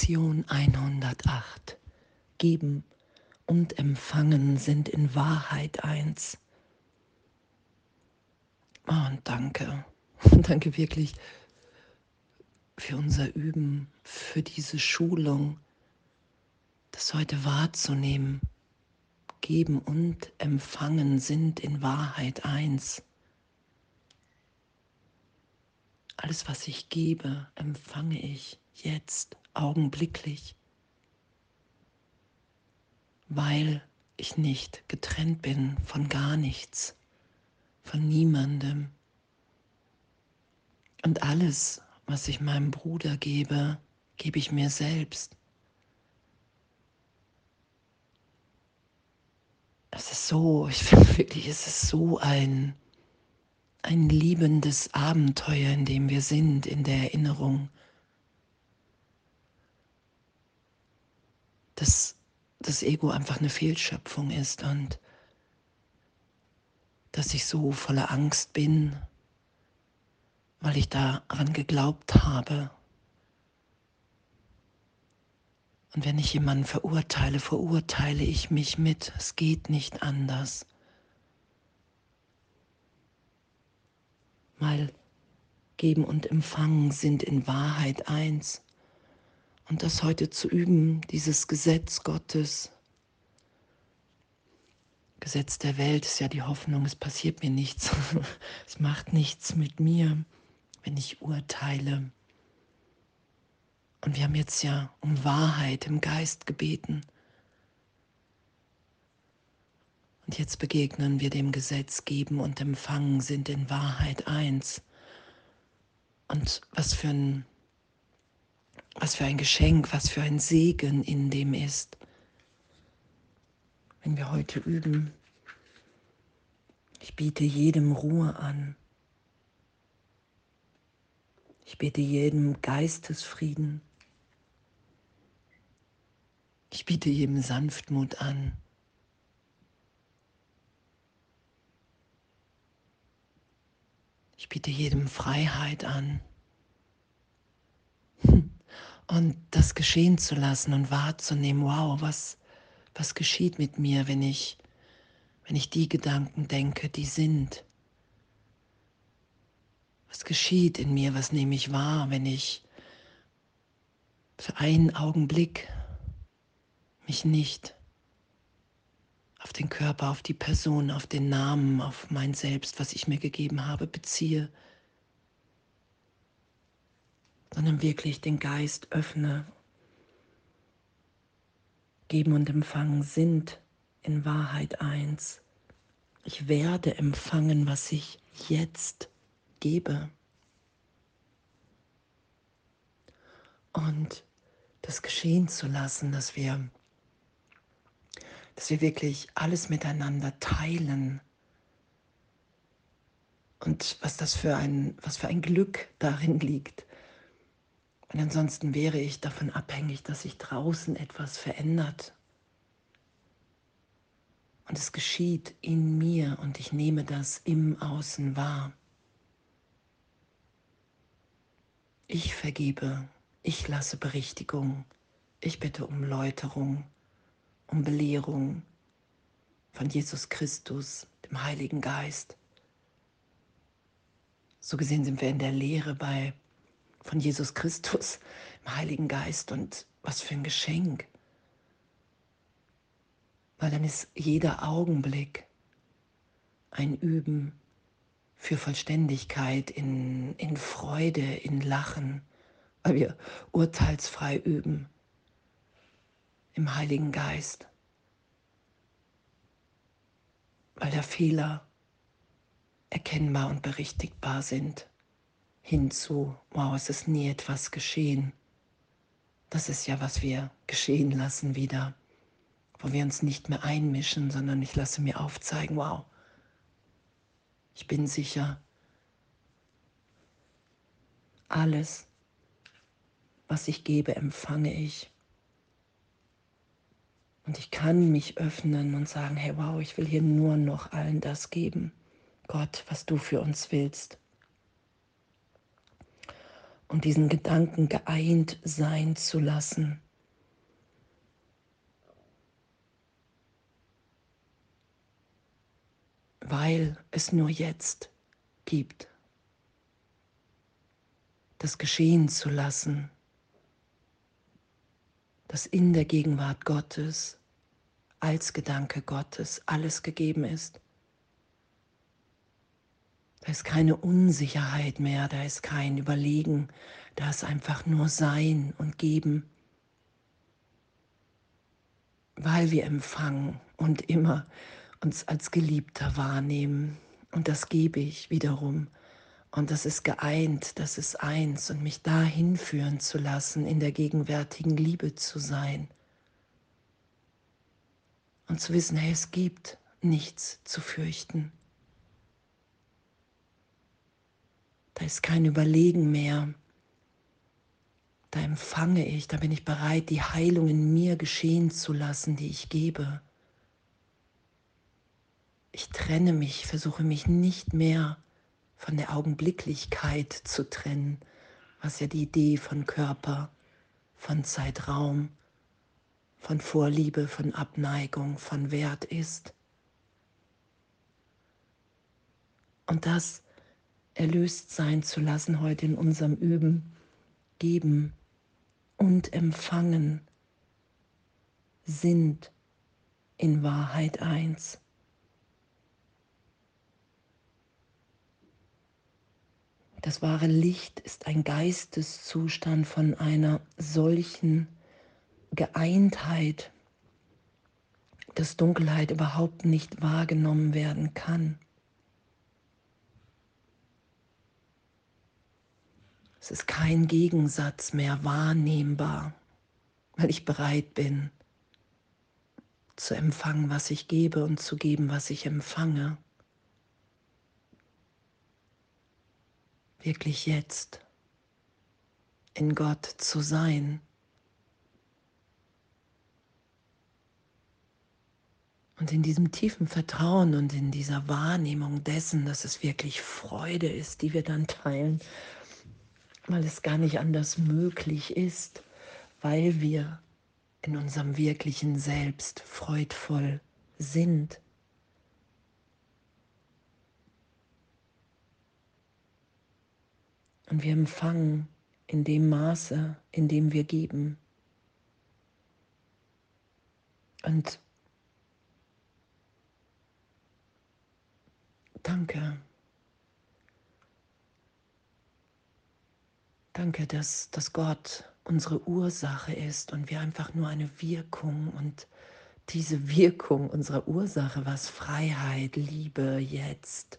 Lektion 108. Geben und Empfangen sind in Wahrheit eins. Oh, und danke. Danke wirklich für unser Üben, für diese Schulung, das heute wahrzunehmen. Geben und Empfangen sind in Wahrheit eins. Alles, was ich gebe, empfange ich jetzt, augenblicklich, weil ich nicht getrennt bin von gar nichts, von niemandem. Und alles, was ich meinem Bruder gebe, gebe ich mir selbst. Es ist so, ich finde wirklich, es ist so ein liebendes Abenteuer, in dem wir sind, in der Erinnerung, dass das Ego einfach eine Fehlschöpfung ist und dass ich so voller Angst bin, weil ich daran geglaubt habe. Und wenn ich jemanden verurteile, verurteile ich mich mit. Es geht nicht anders. Weil Geben und Empfangen sind in Wahrheit eins. Und das heute zu üben, dieses Gesetz Gottes, Gesetz der Welt ist ja die Hoffnung, es passiert mir nichts. Es macht nichts mit mir, wenn ich urteile. Und wir haben jetzt ja um Wahrheit im Geist gebeten. Und jetzt begegnen wir dem Gesetz, Geben und Empfangen sind in Wahrheit eins. Und was für ein Geschenk, was für ein Segen in dem ist, wenn wir heute üben. Ich biete jedem Ruhe an. Ich biete jedem Geistesfrieden. Ich biete jedem Sanftmut an. Ich biete jedem Freiheit an. Und das geschehen zu lassen und wahrzunehmen, wow, was geschieht mit mir, wenn ich die Gedanken denke, die sind. Was geschieht in mir, was nehme ich wahr, wenn ich für einen Augenblick mich nicht auf den Körper, auf die Person, auf den Namen, auf mein Selbst, was ich mir gegeben habe, beziehe, sondern wirklich den Geist öffne. Geben und Empfangen sind in Wahrheit eins. Ich werde empfangen, was ich jetzt gebe. Und das geschehen zu lassen, dass wir wirklich alles miteinander teilen. Und was für ein Glück darin liegt. Und ansonsten wäre ich davon abhängig, dass sich draußen etwas verändert. Und es geschieht in mir und ich nehme das im Außen wahr. Ich vergebe, ich lasse Berichtigung, ich bitte um Läuterung, um Belehrung von Jesus Christus, dem Heiligen Geist. So gesehen sind wir in der Lehre von Jesus Christus, dem Heiligen Geist, und was für ein Geschenk. Weil dann ist jeder Augenblick ein Üben für Vollständigkeit, in Freude, in Lachen, weil wir urteilsfrei üben im Heiligen Geist, weil der Fehler erkennbar und berichtigbar sind, hinzu, wow, es ist nie etwas geschehen. Das ist ja, was wir geschehen lassen wieder, wo wir uns nicht mehr einmischen, sondern ich lasse mir aufzeigen, wow, ich bin sicher, alles, was ich gebe, empfange ich. Und ich kann mich öffnen und sagen, hey, wow, ich will hier nur noch allen das geben, Gott, was du für uns willst. und diesen Gedanken geeint sein zu lassen. Weil es nur jetzt gibt, das geschehen zu lassen, dass in der Gegenwart Gottes, als Gedanke Gottes, alles gegeben ist. Da ist keine Unsicherheit mehr, da ist kein Überlegen, da ist einfach nur Sein und Geben, weil wir empfangen und immer uns als Geliebter wahrnehmen. Und das gebe ich wiederum. Und das ist geeint, das ist eins. Und mich dahin führen zu lassen, in der gegenwärtigen Liebe zu sein. Und zu wissen, hey, es gibt nichts zu fürchten. Da ist kein Überlegen mehr. Da empfange ich, da bin ich bereit, die Heilung in mir geschehen zu lassen, die ich gebe. Ich trenne mich, versuche mich nicht mehr von der Augenblicklichkeit zu trennen, was ja die Idee von Körper, von Zeitraum, von Vorliebe, von Abneigung, von Wert ist. Und das erlöst sein zu lassen heute in unserem Üben, geben und empfangen sind in Wahrheit eins. Das wahre Licht ist ein Geisteszustand von einer solchen Geeintheit, dass Dunkelheit überhaupt nicht wahrgenommen werden kann. Es ist kein Gegensatz mehr wahrnehmbar, weil ich bereit bin, zu empfangen, was ich gebe und zu geben, was ich empfange. Wirklich jetzt in Gott zu sein. Und in diesem tiefen Vertrauen und in dieser Wahrnehmung dessen, dass es wirklich Freude ist, die wir dann teilen, weil es gar nicht anders möglich ist, weil wir in unserem wirklichen Selbst freudvoll sind. Und wir empfangen in dem Maße, in dem wir geben. Und danke. Danke, dass Gott unsere Ursache ist und wir einfach nur eine Wirkung und diese Wirkung unserer Ursache, was Freiheit, Liebe, jetzt,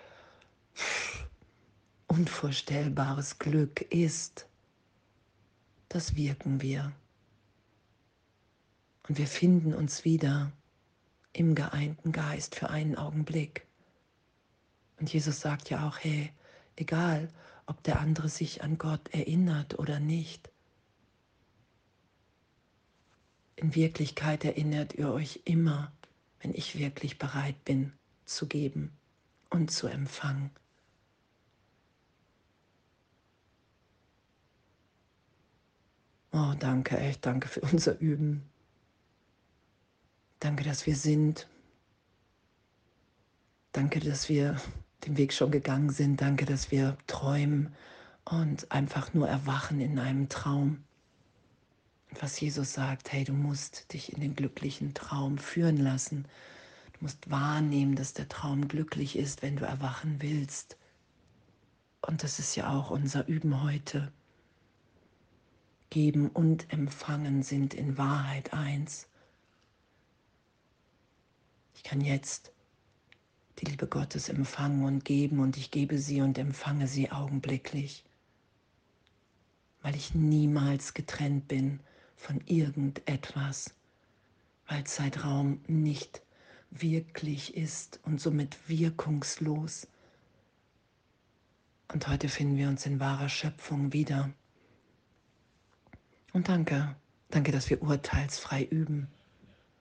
unvorstellbares Glück ist, das wirken wir. Und wir finden uns wieder im geeinten Geist für einen Augenblick. Und Jesus sagt ja auch, hey, egal, ob der andere sich an Gott erinnert oder nicht, in Wirklichkeit erinnert ihr euch immer, wenn ich wirklich bereit bin zu geben und zu empfangen. Oh, danke, echt danke für unser Üben. Danke, dass wir sind. Danke, dass wir den Weg schon gegangen sind. Danke, dass wir träumen und einfach nur erwachen in einem Traum. Und was Jesus sagt, hey, du musst dich in den glücklichen Traum führen lassen. Du musst wahrnehmen, dass der Traum glücklich ist, wenn du erwachen willst. Und das ist ja auch unser Üben heute. Geben und Empfangen sind in Wahrheit eins. Ich kann jetzt die Liebe Gottes empfangen und geben und ich gebe sie und empfange sie augenblicklich, weil ich niemals getrennt bin von irgendetwas, weil Zeitraum nicht wirklich ist und somit wirkungslos. Und heute finden wir uns in wahrer Schöpfung wieder. Und danke, danke, dass wir urteilsfrei üben,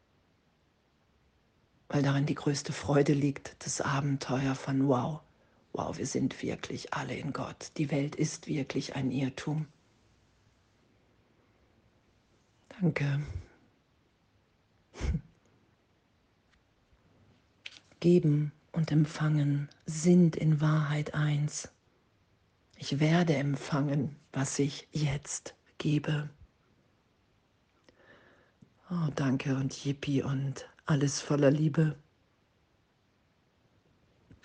weil darin die größte Freude liegt, das Abenteuer von wow, Wow, wir sind wirklich alle in Gott. Die Welt ist wirklich ein Irrtum. Danke. Geben und Empfangen sind in Wahrheit eins. Ich werde empfangen, was ich jetzt gebe. Oh, danke und Yippie und alles voller Liebe.